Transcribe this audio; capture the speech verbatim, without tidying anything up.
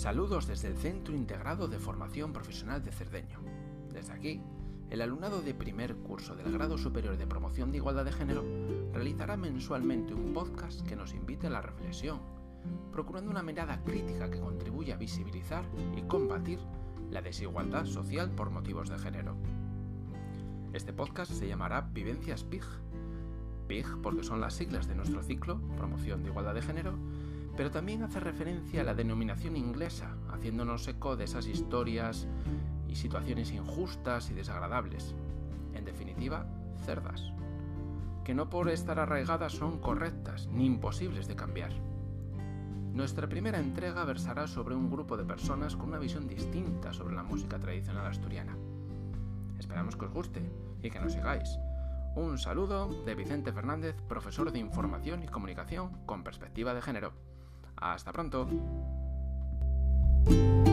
Saludos desde el Centro Integrado de Formación Profesional de Cerdeño. Desde aquí, el alumnado de primer curso del Grado Superior de Promoción de Igualdad de Género realizará mensualmente un podcast que nos invite a la reflexión, procurando una mirada crítica que contribuya a visibilizar y combatir la desigualdad social por motivos de género. Este podcast se llamará Vivencias P I G. P I G porque son las siglas de nuestro ciclo, Promoción de Igualdad de Género, pero también hace referencia a la denominación inglesa, haciéndonos eco de esas historias y situaciones injustas y desagradables. En definitiva, cerdas, que no por estar arraigadas son correctas ni imposibles de cambiar. Nuestra primera entrega versará sobre un grupo de personas con una visión distinta sobre la música tradicional asturiana. Esperamos que os guste y que nos sigáis. Un saludo de Vicente Fernández, profesor de Información y Comunicación con perspectiva de género. Hasta pronto.